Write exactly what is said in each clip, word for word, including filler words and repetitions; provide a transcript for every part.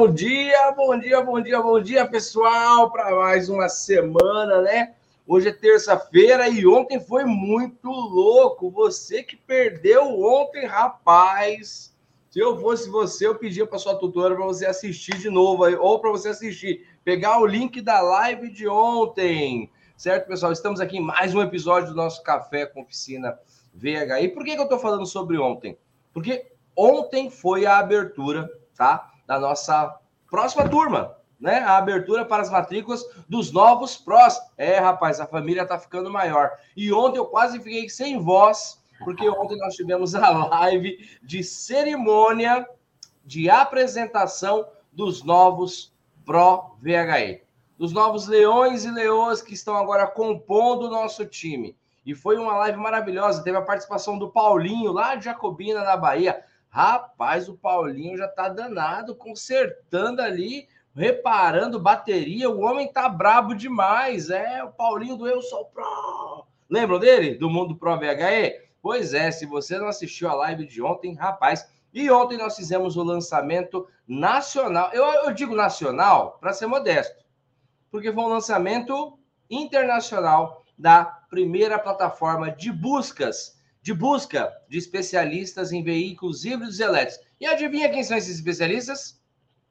bom dia, bom dia, bom dia, bom dia, pessoal, para mais uma semana, né? Hoje é terça-feira e ontem foi muito louco. Você que perdeu ontem, rapaz. Se eu fosse você, eu pedia para sua tutora para você assistir de novo, ou para você assistir, pegar o link da live de ontem. Certo, pessoal? Estamos aqui em mais um episódio do nosso Café com Oficina V H I. Por que que eu estou falando sobre ontem? Porque ontem foi a abertura, tá? Da nossa próxima turma, né? A abertura para as matrículas dos novos prós. É, rapaz, a família tá ficando maior. E ontem eu quase fiquei sem voz, porque ontem nós tivemos a live de cerimônia de apresentação dos novos Pro V H I. Dos novos leões e leoas que estão agora compondo o nosso time. E foi uma live maravilhosa. Teve a participação do Paulinho, lá de Jacobina, na Bahia. Rapaz, o Paulinho já tá danado, consertando ali, reparando bateria. O homem tá brabo demais. É, o Paulinho do Eu Sou Pro. Lembram dele? Do Mundo Pro V H E? Pois é, se você não assistiu a live de ontem, rapaz. E ontem nós fizemos o lançamento nacional. Eu, eu digo nacional para ser modesto, porque foi um lançamento internacional da primeira plataforma de buscas, de busca de especialistas em veículos híbridos e elétricos. E adivinha quem são esses especialistas?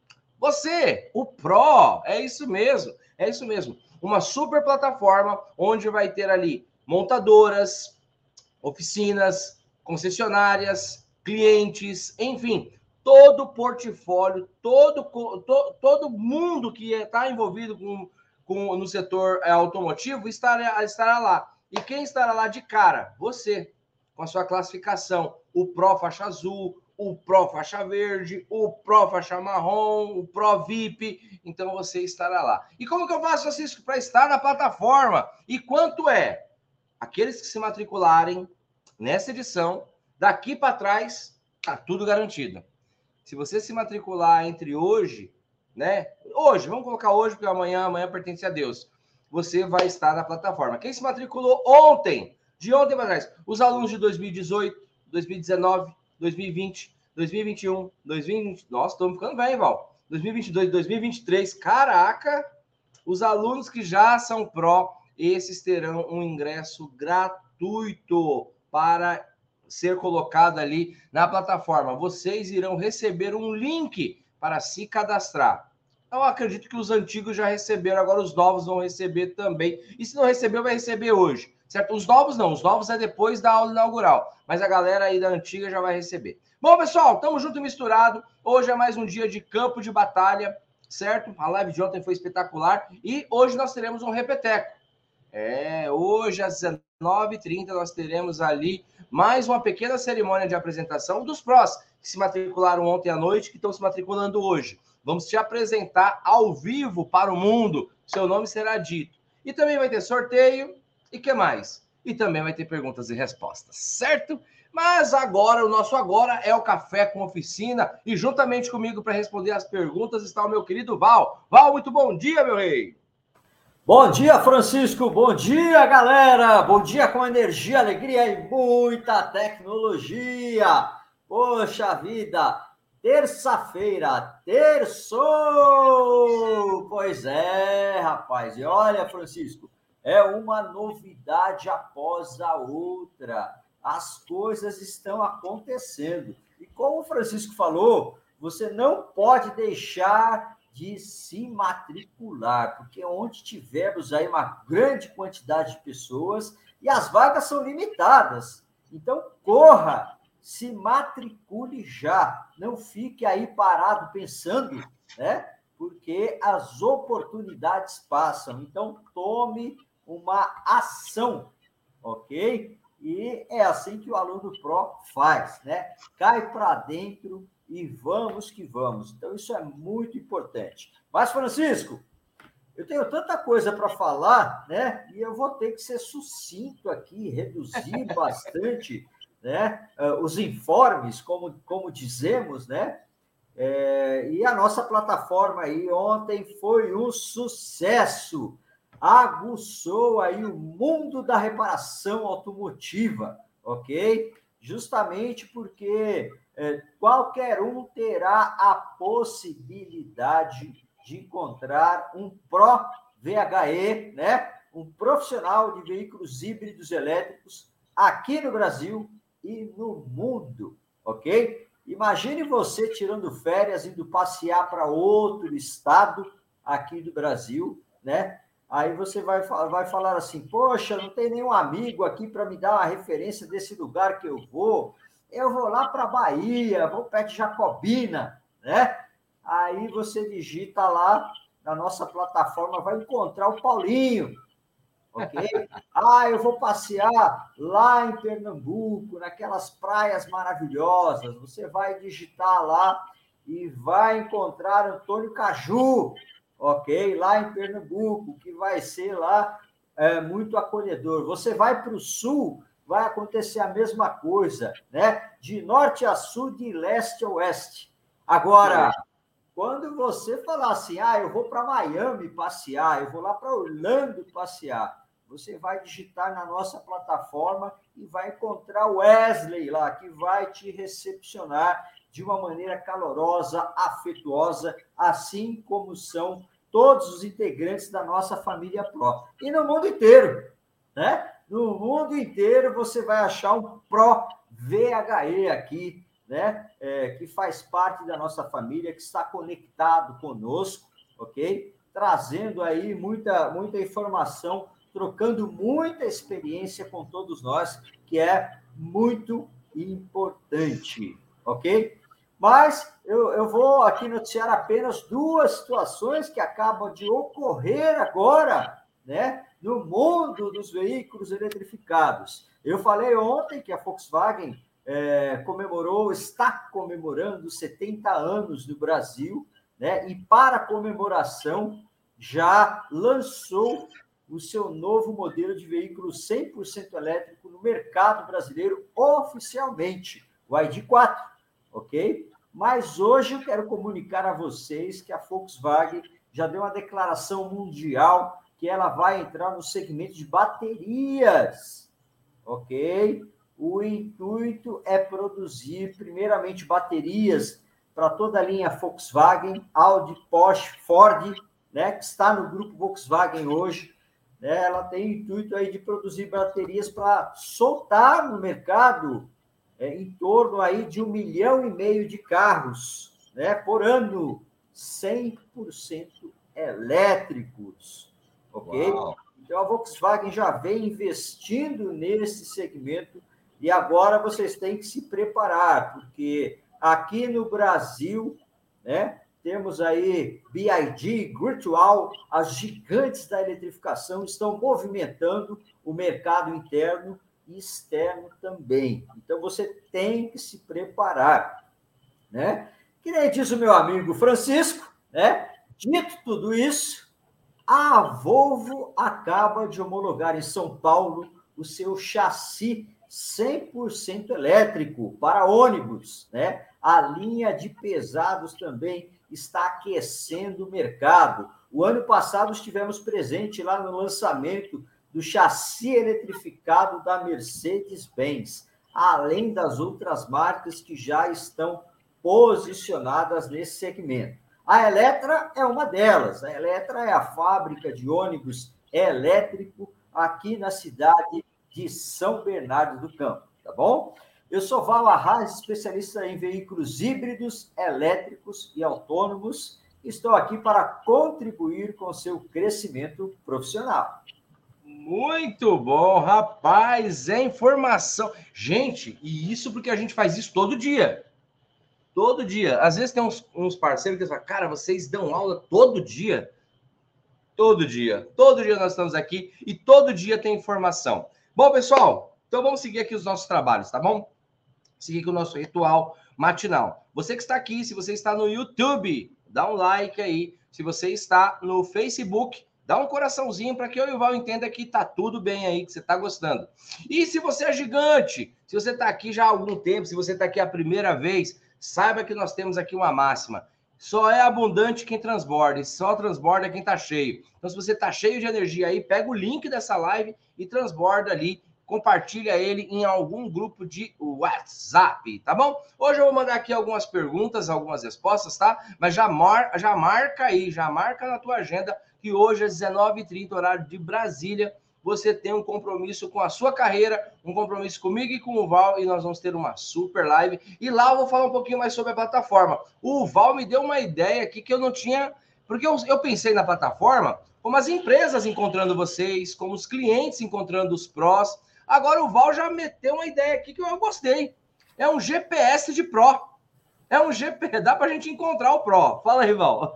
Você, o Pro, é isso mesmo, é isso mesmo. Uma super plataforma onde vai ter ali montadoras, oficinas, concessionárias, clientes, enfim, todo o portfólio, todo, to, todo mundo que está envolvido com, com, no setor automotivo estará, estará lá. E quem estará lá de cara? Você, com a sua classificação, o Pro faixa azul, o Pro faixa verde, o Pro faixa marrom, o Pro V I P, então você estará lá. E como que eu faço isso para estar na plataforma? E quanto é? Aqueles que se matricularem nessa edição, daqui para trás, tá tudo garantido. Se você se matricular entre hoje, né? Hoje, vamos colocar hoje, porque amanhã, amanhã pertence a Deus. Você vai estar na plataforma. Quem se matriculou ontem, de ontem para trás, os alunos de dois mil e dezoito, dois mil e dezenove, dois mil e vinte, dois mil e vinte e um, dois mil e vinte... Nossa, estamos ficando velho, Val. dois mil e vinte e dois, dois mil e vinte e três, caraca! Os alunos que já são pró, esses terão um ingresso gratuito para ser colocado ali na plataforma. Vocês irão receber um link para se cadastrar. Eu acredito que os antigos já receberam, agora os novos vão receber também. E se não recebeu, vai receber hoje, certo? Os novos não, os novos é depois da aula inaugural, mas a galera aí da antiga já vai receber. Bom, pessoal, estamos junto e misturado. Hoje é mais um dia de campo de batalha, certo? A live de ontem foi espetacular e hoje nós teremos um repeteco. É, hoje às dezenove e trinta nós teremos ali mais uma pequena cerimônia de apresentação dos prós que se matricularam ontem à noite, que estão se matriculando hoje. Vamos te apresentar ao vivo para o mundo, seu nome será dito. E também vai ter sorteio, e que mais? E também vai ter perguntas e respostas, certo? Mas agora, o nosso agora é o Café com Oficina, e juntamente comigo para responder as perguntas está o meu querido Val. Val, muito bom dia, meu rei! Bom dia, Francisco. Bom dia, galera. Bom dia com energia, alegria e muita tecnologia. Poxa vida, terça-feira, terçou! Pois é, rapaz. E olha, Francisco, é uma novidade após a outra. As coisas estão acontecendo. E como o Francisco falou, você não pode deixar de se matricular, porque onde tivermos aí uma grande quantidade de pessoas e as vagas são limitadas. Então, corra, se matricule já. Não fique aí parado pensando, né? Porque as oportunidades passam. Então, tome uma ação, ok? E é assim que o aluno Pro faz, né? Cai para dentro e vamos que vamos. Então, isso é muito importante. Mas, Francisco, eu tenho tanta coisa para falar, né? E eu vou ter que ser sucinto aqui, reduzir bastante, né? Os informes, como, como dizemos, né? É, e a nossa plataforma aí ontem foi um sucesso. Aguçou aí o mundo da reparação automotiva, ok? Justamente porque é, qualquer um terá a possibilidade de encontrar um Pro V H E, né? Um profissional de veículos híbridos elétricos aqui no Brasil e no mundo, ok? Imagine você tirando férias, indo passear para outro estado aqui do Brasil, né? Aí você vai, vai falar assim, poxa, não tem nenhum amigo aqui para me dar uma referência desse lugar que eu vou. Eu vou lá para a Bahia, vou perto de Jacobina, né? Aí você digita lá na nossa plataforma, vai encontrar o Paulinho, ok? Ah, eu vou passear lá em Pernambuco, naquelas praias maravilhosas. Você vai digitar lá e vai encontrar Antônio Caju, ok? Lá em Pernambuco, que vai ser lá é, muito acolhedor. Você vai para o sul, vai acontecer a mesma coisa, né? De norte a sul, de leste a oeste. Agora, quando você falar assim, ah, eu vou para Miami passear, eu vou lá para Orlando passear, você vai digitar na nossa plataforma e vai encontrar o Wesley lá, que vai te recepcionar de uma maneira calorosa, afetuosa, assim como são todos os integrantes da nossa família Pro. E no mundo inteiro, né? No mundo inteiro você vai achar um Pro V H E aqui, né? É, que faz parte da nossa família, que está conectado conosco, ok? Trazendo aí muita, muita informação, trocando muita experiência com todos nós, que é muito importante, ok? Mas eu, eu vou aqui noticiar apenas duas situações que acabam de ocorrer agora, né, no mundo dos veículos eletrificados. Eu falei ontem que a Volkswagen é, comemorou, está comemorando setenta anos no Brasil, né, e para comemoração já lançou o seu novo modelo de veículo cem por cento elétrico no mercado brasileiro oficialmente, o I D quatro, ok? Mas hoje eu quero comunicar a vocês que a Volkswagen já deu uma declaração mundial que ela vai entrar no segmento de baterias, ok? O intuito é produzir, primeiramente, baterias para toda a linha Volkswagen, Audi, Porsche, Ford, né, que está no grupo Volkswagen hoje. Né, ela tem o intuito aí de produzir baterias para soltar no mercado é, em torno aí de um milhão e meio de carros, né, por ano, cem por cento elétricos, ok? Uau. Então, a Volkswagen já vem investindo nesse segmento e agora vocês têm que se preparar, porque aqui no Brasil, né, temos aí B I D, Virtual, as gigantes da eletrificação estão movimentando o mercado interno e externo também. Então, você tem que se preparar, né? Que nem diz o meu amigo Francisco, né? Dito tudo isso, a Volvo acaba de homologar em São Paulo o seu chassi cem por cento elétrico para ônibus, né? A linha de pesados também está aquecendo o mercado. O ano passado estivemos presentes lá no lançamento do chassi eletrificado da Mercedes-Benz, além das outras marcas que já estão posicionadas nesse segmento. A Eletra é uma delas. A Eletra é a fábrica de ônibus elétrico aqui na cidade de São Bernardo do Campo, tá bom? Eu sou Val Arraes, especialista em veículos híbridos, elétricos e autônomos. Estou aqui para contribuir com o seu crescimento profissional. Muito bom, rapaz, é informação. Gente, e isso porque a gente faz isso todo dia. Todo dia. Às vezes tem uns, uns parceiros que falam, cara, vocês dão aula todo dia? Todo dia. Todo dia nós estamos aqui e todo dia tem informação. Bom, pessoal, então vamos seguir aqui os nossos trabalhos, tá bom? Seguir com o nosso ritual matinal. Você que está aqui, se você está no YouTube, dá um like aí. Se você está no Facebook, dá um coraçãozinho para que eu e o Val entenda que tá tudo bem aí, que você está gostando. E se você é gigante, se você está aqui já há algum tempo, se você está aqui a primeira vez, saiba que nós temos aqui uma máxima. Só é abundante quem transborda, e só transborda quem está cheio. Então, se você está cheio de energia aí, pega o link dessa live e transborda ali compartilha ele em algum grupo de WhatsApp, tá bom? Hoje eu vou mandar aqui algumas perguntas, algumas respostas, tá? Mas já, mar, já marca aí, já marca na tua agenda que hoje às dezenove e trinta, horário de Brasília, você tem um compromisso com a sua carreira, um compromisso comigo e com o Val, e nós vamos ter uma super live. E lá eu vou falar um pouquinho mais sobre a plataforma. O Val me deu uma ideia aqui que eu não tinha, porque eu, eu pensei na plataforma como as empresas encontrando vocês, como os clientes encontrando os prós. Agora o Val já meteu uma ideia aqui que eu gostei. É um G P S de pró. É um G P S, dá pra gente encontrar o pró. Fala aí, Val.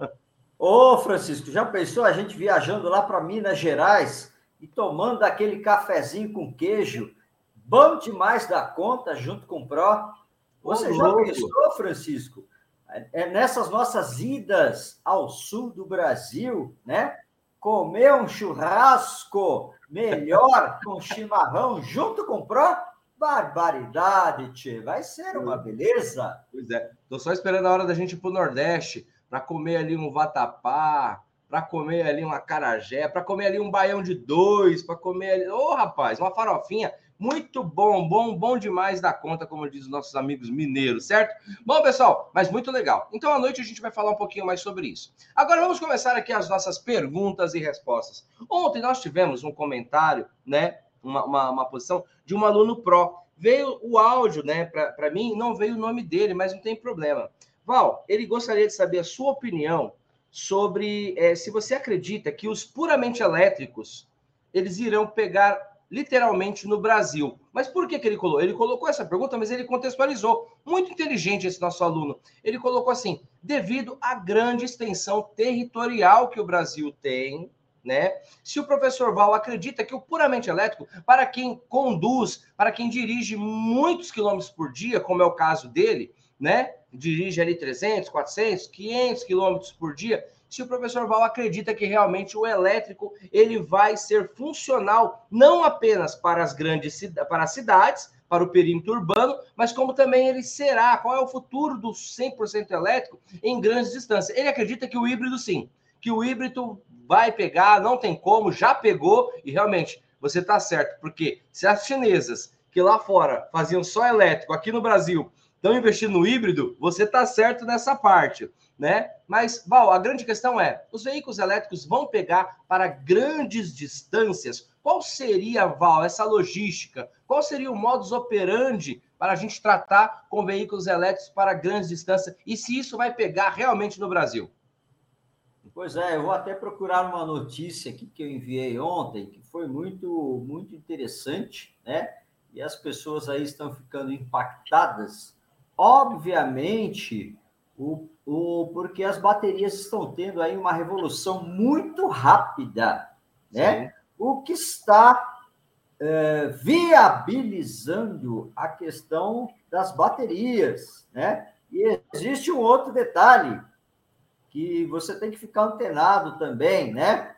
Ô, Francisco, já pensou a gente viajando lá para Minas Gerais e tomando aquele cafezinho com queijo, bom demais da conta, junto com o Pró? Você Ô, já louco. pensou, Francisco? É nessas nossas idas ao sul do Brasil, né? Comer um churrasco melhor com chimarrão junto com o Pró? Barbaridade, tchê. Vai ser uma beleza. Pois é. Tô só esperando a hora da gente ir pro Nordeste para comer ali um vatapá, para comer ali um acarajé, para comer ali um baião de dois, para comer ali... Ô, oh, rapaz, uma farofinha. Muito bom, bom, bom demais da conta, como dizem os nossos amigos mineiros, certo? Bom, pessoal, mas muito legal. Então, à noite a gente vai falar um pouquinho mais sobre isso. Agora, vamos começar aqui as nossas perguntas e respostas. Ontem nós tivemos um comentário, né, uma, uma, uma posição de um aluno pró. Veio o áudio, né, para mim, não veio o nome dele, mas não tem problema. Val, ele gostaria de saber a sua opinião sobre é, se você acredita que os puramente elétricos, eles irão pegar literalmente no Brasil. Mas por que que ele colocou? Ele colocou essa pergunta, mas ele contextualizou. Muito inteligente esse nosso aluno. Ele colocou assim, devido à grande extensão territorial que o Brasil tem, né? Se o professor Val acredita que o puramente elétrico, para quem conduz, para quem dirige muitos quilômetros por dia, como é o caso dele, né? Dirige ali trezentos, quatrocentos, quinhentos quilômetros por dia, se o professor Val acredita que realmente o elétrico ele vai ser funcional não apenas para as grandes para as cidades, para o perímetro urbano, mas como também ele será, qual é o futuro do cem por cento elétrico em grandes distâncias. Ele acredita que o híbrido sim, que o híbrido vai pegar, não tem como, já pegou, e realmente, você está certo, porque se as chinesas, que lá fora faziam só elétrico, aqui no Brasil, estão investindo no híbrido, você está certo nessa parte, né? Mas, Val, a grande questão é, os veículos elétricos vão pegar para grandes distâncias? Qual seria, Val, essa logística? Qual seria o modus operandi para a gente tratar com veículos elétricos para grandes distâncias? E se isso vai pegar realmente no Brasil? Pois é, eu vou até procurar uma notícia aqui que eu enviei ontem, que foi muito, muito interessante, né? E as pessoas aí estão ficando impactadas. Obviamente, o, o, porque as baterias estão tendo aí uma revolução muito rápida, né? Sim. O que está é, viabilizando a questão das baterias, né? E existe um outro detalhe que você tem que ficar antenado também, né?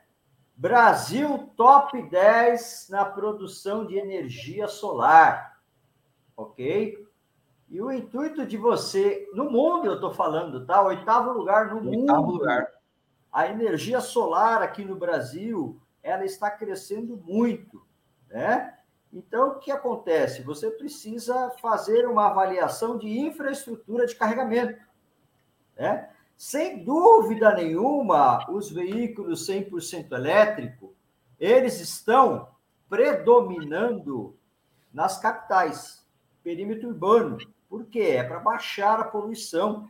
Brasil top dez na produção de energia solar, ok? E o intuito de você, no mundo eu estou falando, tá? Oitavo lugar no mundo. Oitavo lugar. A energia solar aqui no Brasil, ela está crescendo muito, né? Então, o que acontece? Você precisa fazer uma avaliação de infraestrutura de carregamento, né? Sem dúvida nenhuma, os veículos cem por cento elétrico, eles estão predominando nas capitais, perímetro urbano. Por quê? É para baixar a poluição,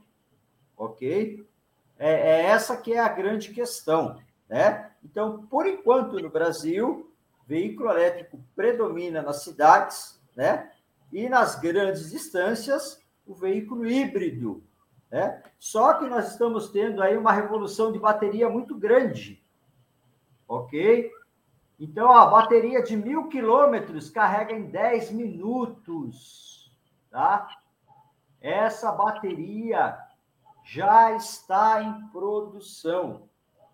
ok? É, é essa que é a grande questão, né? Então, por enquanto, no Brasil, veículo elétrico predomina nas cidades, né? E nas grandes distâncias, o veículo híbrido, né? Só que nós estamos tendo aí uma revolução de bateria muito grande, ok? Então, a bateria de mil quilômetros carrega em dez minutos, tá? Essa bateria já está em produção.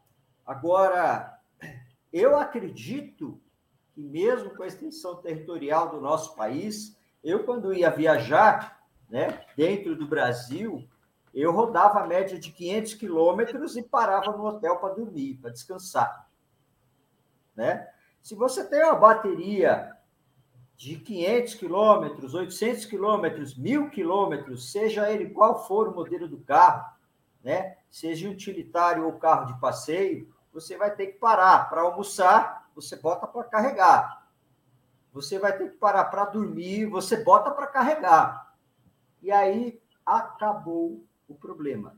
Agora, eu acredito que mesmo com a extensão territorial do nosso país, eu quando ia viajar, né, dentro do Brasil, eu rodava a média de quinhentos quilômetros e parava no hotel para dormir, para descansar, né? Se você tem uma bateria de quinhentos quilômetros, oitocentos quilômetros, mil quilômetros, seja ele qual for o modelo do carro, né? Seja utilitário ou carro de passeio, você vai ter que parar para almoçar, você bota para carregar. Você vai ter que parar para dormir, você bota para carregar. E aí acabou o problema,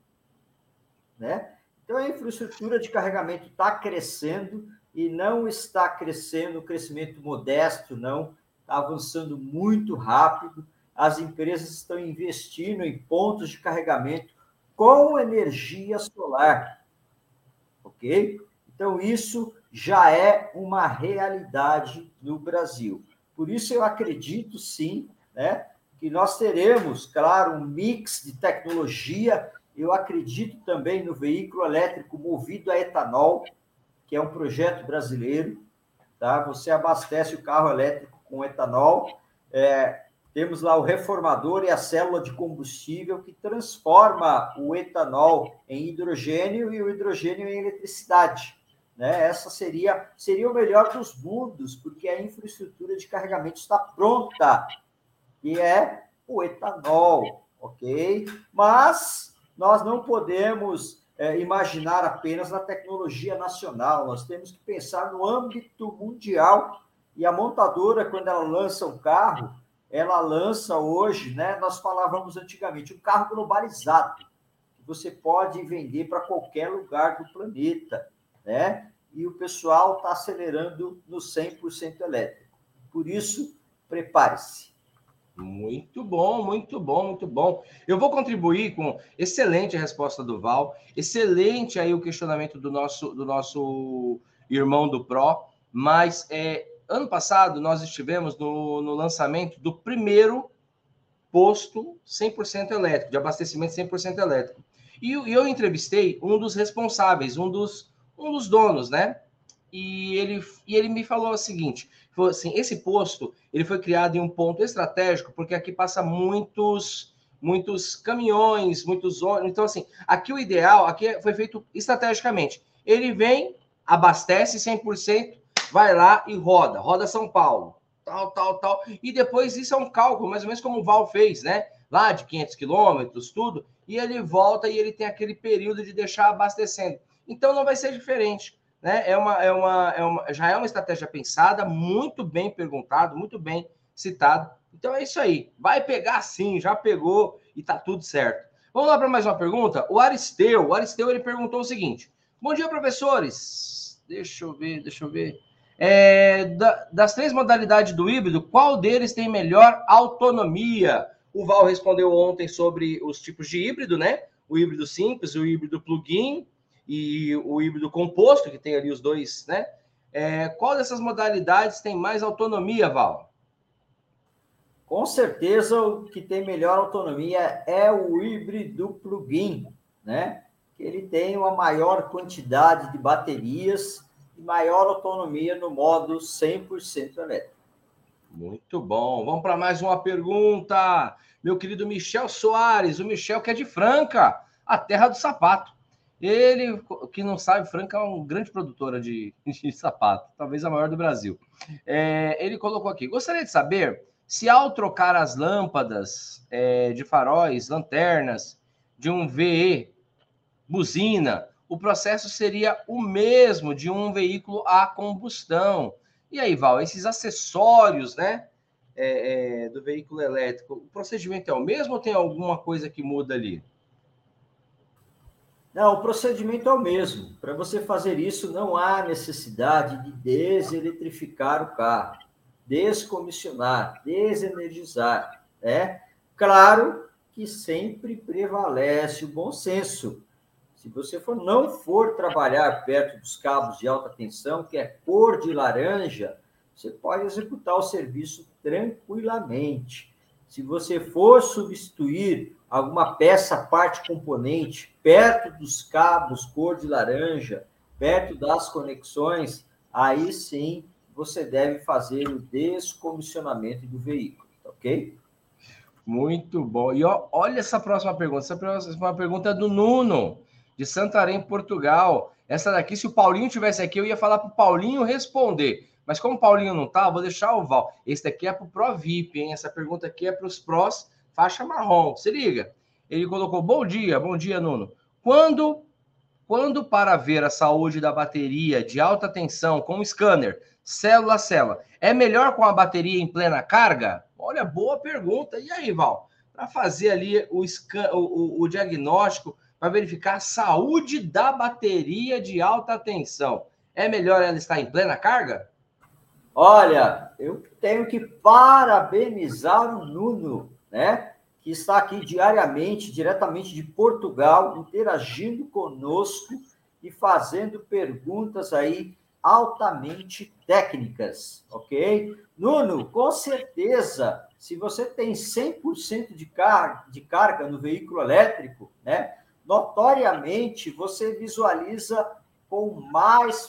né? Então a infraestrutura de carregamento está crescendo e não está crescendo, crescimento modesto, não, está avançando muito rápido. As empresas estão investindo em pontos de carregamento com energia solar, ok? Então, isso já é uma realidade no Brasil. Por isso, eu acredito, sim, né, que nós teremos, claro, um mix de tecnologia. Eu acredito também no veículo elétrico movido a etanol, que é um projeto brasileiro, tá? Você abastece o carro elétrico com etanol, é, temos lá o reformador e a célula de combustível que transforma o etanol em hidrogênio e o hidrogênio em eletricidade, né? Essa seria, seria o melhor dos mundos, porque a infraestrutura de carregamento está pronta, e é o etanol, ok? Mas nós não podemos é, imaginar apenas na tecnologia nacional, nós temos que pensar no âmbito mundial, e a montadora, quando ela lança um carro, ela lança hoje, né, nós falávamos antigamente, um carro globalizado, que você pode vender para qualquer lugar do planeta, né? E o pessoal está acelerando no cem por cento elétrico. Por isso, prepare-se. Muito bom, muito bom, muito bom. Eu vou contribuir com excelente a resposta do Val, excelente aí o questionamento do nosso, do nosso irmão do Pro, mas é, ano passado nós estivemos no, no lançamento do primeiro posto cem por cento elétrico, de abastecimento cem por cento elétrico. E eu entrevistei um dos responsáveis, um dos, um dos donos, né? E ele, e ele me falou o seguinte, falou assim, esse posto ele foi criado em um ponto estratégico, porque aqui passa muitos, muitos caminhões, muitos ônibus. Então, assim, aqui o ideal, aqui foi feito estrategicamente. Ele vem, abastece cem por cento, vai lá e roda, roda São Paulo, tal, tal, tal. E depois isso é um cálculo, mais ou menos como o Val fez, né? Lá de quinhentos quilômetros, tudo, e ele volta e ele tem aquele período de deixar abastecendo. Então, não vai ser diferente. Né? É uma, é uma, é uma, já é uma estratégia pensada, muito bem perguntado, muito bem citado. Então é isso aí. Vai pegar sim, já pegou e tá tudo certo. Vamos lá para mais uma pergunta? O Aristeu, o Aristeu ele perguntou o seguinte: bom dia, professores. Deixa eu ver, deixa eu ver. É, da, das três modalidades do híbrido, qual deles tem melhor autonomia? O Val respondeu ontem sobre os tipos de híbrido, né? O híbrido simples, o híbrido plug-in e o híbrido composto, que tem ali os dois, né? É, qual dessas modalidades tem mais autonomia, Val? Com certeza, o que tem melhor autonomia é o híbrido plug-in, né? Ele tem uma maior quantidade de baterias e maior autonomia no modo cem por cento elétrico. Muito bom. Vamos para mais uma pergunta. Meu querido Michel Soares, o Michel que é de Franca, a terra do sapato. Ele, que não sabe, Franca é uma grande produtora de, de sapato, talvez a maior do Brasil. É, ele colocou aqui, gostaria de saber se ao trocar as lâmpadas é, de faróis, lanternas, de um V E, buzina, o processo seria o mesmo de um veículo a combustão. E aí, Val, esses acessórios, né, é, é, do veículo elétrico, o procedimento é o mesmo ou tem alguma coisa que muda ali? Não, o procedimento é o mesmo. Para você fazer isso, não há necessidade de deseletrificar o carro, descomissionar, desenergizar, né? Claro que sempre prevalece o bom senso. Se você for, não for trabalhar perto dos cabos de alta tensão, que é cor de laranja, você pode executar o serviço tranquilamente. Se você for substituir alguma peça, parte, componente, perto dos cabos cor de laranja, perto das conexões, aí sim você deve fazer o descomissionamento do veículo, ok? Muito bom. E ó, olha essa próxima pergunta. Essa próxima pergunta é do Nuno, de Santarém, Portugal. Essa daqui, se o Paulinho tivesse aqui, eu ia falar para o Paulinho responder. Mas como o Paulinho não tá, eu vou deixar o Val. Esse daqui é pro Pro V I P, hein? Essa pergunta aqui é para os prós faixa marrom. Se liga. Ele colocou, bom dia, bom dia, Nuno. Quando, quando para ver a saúde da bateria de alta tensão com scanner, célula a célula, é melhor com a bateria em plena carga? Olha, boa pergunta. E aí, Val? Para fazer ali o, scan, o, o, o diagnóstico, para verificar a saúde da bateria de alta tensão, é melhor ela estar em plena carga? Olha, eu tenho que parabenizar o Nuno, né? Que está aqui diariamente, diretamente de Portugal, interagindo conosco e fazendo perguntas aí altamente técnicas, ok? Nuno, com certeza, se você tem cem por cento de, car de carga no veículo elétrico, né? Notoriamente, você visualiza com mais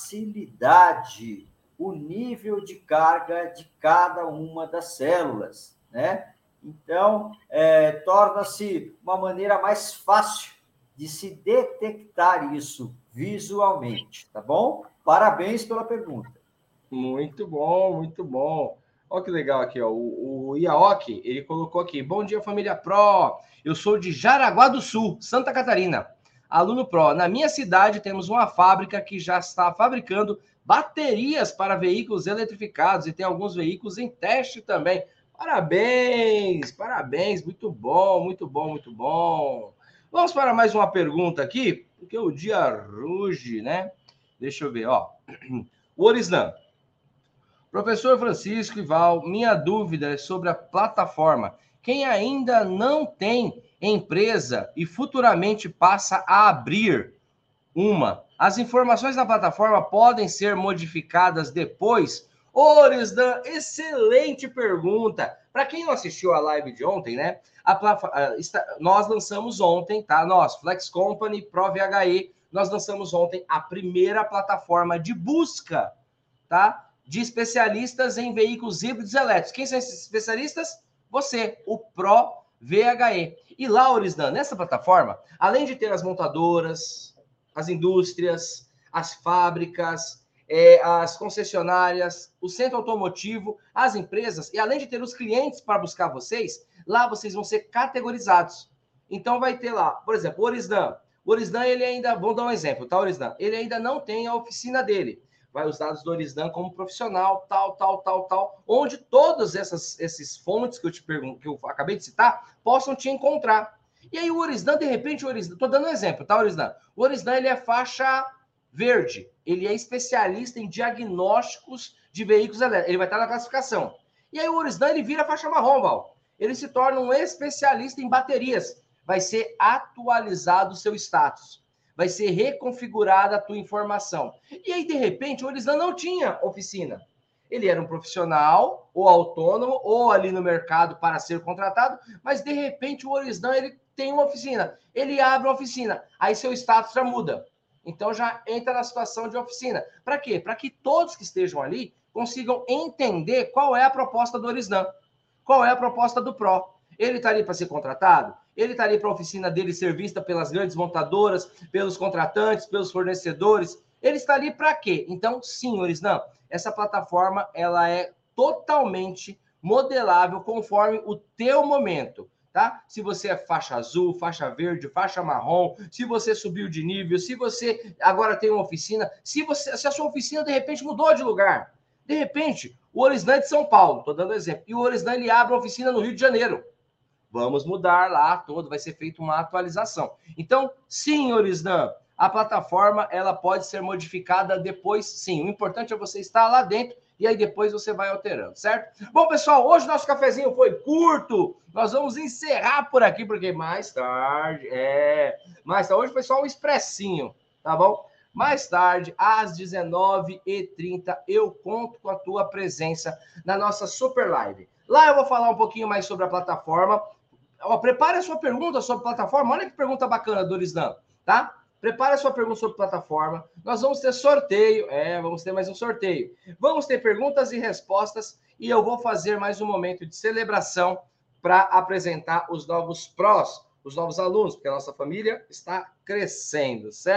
facilidade o nível de carga de cada uma das células, né? Então, é, torna-se uma maneira mais fácil de se detectar isso visualmente, tá bom? Parabéns pela pergunta. Muito bom, muito bom. Olha que legal aqui, ó. O, o Iaoki, ele colocou aqui, bom dia, família Pro. Eu sou de Jaraguá do Sul, Santa Catarina. Aluno Pro, na minha cidade temos uma fábrica que já está fabricando baterias para veículos eletrificados e tem alguns veículos em teste também. Parabéns, parabéns, muito bom, muito bom, muito bom. Vamos para mais uma pergunta aqui, porque o dia ruge, né? Deixa eu ver, ó. O Orislan. Professor Francisco e Val, minha dúvida é sobre a plataforma. Quem ainda não tem empresa e futuramente passa a abrir uma, as informações da plataforma podem ser modificadas depois? Orisdan, excelente pergunta. Para quem não assistiu a live de ontem, né? A, a, está, nós lançamos ontem, tá? Nós, Flex Company, Pro V H E, nós lançamos ontem a primeira plataforma de busca, tá? De especialistas em veículos híbridos elétricos. Quem são esses especialistas? Você, o Pro V H E. E lá, Orisdan, nessa plataforma, além de ter as montadoras, as indústrias, as fábricas, é, as concessionárias, o centro automotivo, as empresas, e além de ter os clientes para buscar vocês, lá vocês vão ser categorizados. Então vai ter lá, por exemplo, o Orisdan. O Orisdan, ele ainda, vamos dar um exemplo, tá, Orisdan? Ele ainda não tem a oficina dele. Vai os dados do Orisdan como profissional, tal, tal, tal, tal, onde todas essas esses fontes que eu te pergunto, que eu acabei de citar, possam te encontrar. E aí o Orisdan, de repente, o Orisdan, tô dando um exemplo, tá, Orisdan? O Orisdan, ele é faixa verde, ele é especialista em diagnósticos de veículos elétricos, ele vai estar na classificação. E aí o Orisdan, ele vira faixa marrom, Val. Ele se torna um especialista em baterias, vai ser atualizado o seu status, vai ser reconfigurada a tua informação. E aí, de repente, o Orisdan não tinha oficina. Ele era um profissional, ou autônomo, ou ali no mercado para ser contratado, mas de repente o Orisdan, ele tem uma oficina. Ele abre uma oficina, aí seu status já muda. Então já entra na situação de oficina. Para quê? Para que todos que estejam ali consigam entender qual é a proposta do Orisdan, qual é a proposta do Pro. Ele está ali para ser contratado? Ele está ali para a oficina dele ser vista pelas grandes montadoras, pelos contratantes, pelos fornecedores. Ele está ali para quê? Então, sim, Orisdan, essa plataforma ela é totalmente modelável conforme o teu momento, tá? Se você é faixa azul, faixa verde, faixa marrom, se você subiu de nível, se você agora tem uma oficina, se, você, se a sua oficina de repente mudou de lugar, de repente, o Orisdan é de São Paulo, estou dando exemplo, e o Orisdan ele abre uma oficina no Rio de Janeiro. Vamos mudar lá todo, vai ser feita uma atualização. Então, sim, Orisdan, a plataforma ela pode ser modificada depois, sim. O importante é você estar lá dentro e aí depois você vai alterando, certo? Bom, pessoal, hoje nosso cafezinho foi curto. Nós vamos encerrar por aqui, porque mais tarde, é... Mais tarde, hoje foi só um expressinho, tá bom? Mais tarde, às dezenove e trinta, eu conto com a tua presença na nossa super live. Lá eu vou falar um pouquinho mais sobre a plataforma. Ó, prepare a sua pergunta sobre plataforma. Olha que pergunta bacana, Dorisdan, tá? Prepare a sua pergunta sobre plataforma. Nós vamos ter sorteio. É, vamos ter mais um sorteio. Vamos ter perguntas e respostas. E eu vou fazer mais um momento de celebração para apresentar os novos prós, os novos alunos, porque a nossa família está crescendo, certo?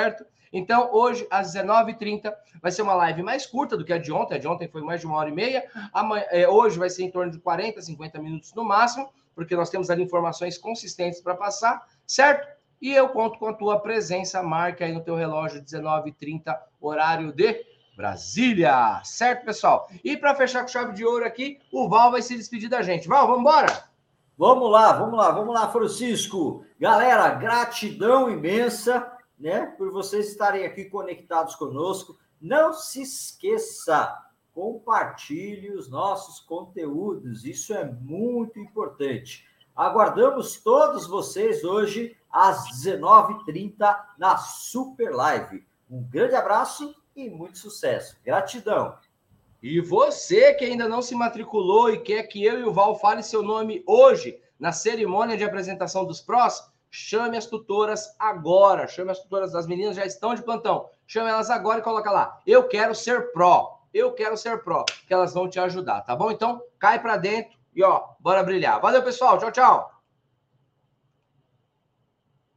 Então, hoje, às dezenove e trinta, vai ser uma live mais curta do que a de ontem. A de ontem foi mais de uma hora e meia. Amanhã, é, hoje vai ser em torno de quarenta, cinquenta minutos no máximo, porque nós temos ali informações consistentes para passar, certo? E eu conto com a tua presença. Marca aí no teu relógio, dezenove e trinta, horário de Brasília. Certo, pessoal? E para fechar com chave de ouro aqui, o Val vai se despedir da gente. Val, vamos embora? Vamos lá, vamos lá, vamos lá, Francisco. Galera, gratidão imensa, né, por vocês estarem aqui conectados conosco. Não se esqueça, compartilhe os nossos conteúdos, isso é muito importante. Aguardamos todos vocês hoje às dezenove e trinta na Super Live. Um grande abraço e muito sucesso. Gratidão. E você que ainda não se matriculou e quer que eu e o Val fale seu nome hoje na cerimônia de apresentação dos prós, chame as tutoras agora. Chame as tutoras, as meninas já estão de plantão. Chame elas agora e coloca lá, eu quero ser pró. Eu quero ser pró, que elas vão te ajudar, tá bom? Então, cai pra dentro e ó, bora brilhar. Valeu, pessoal. Tchau, tchau.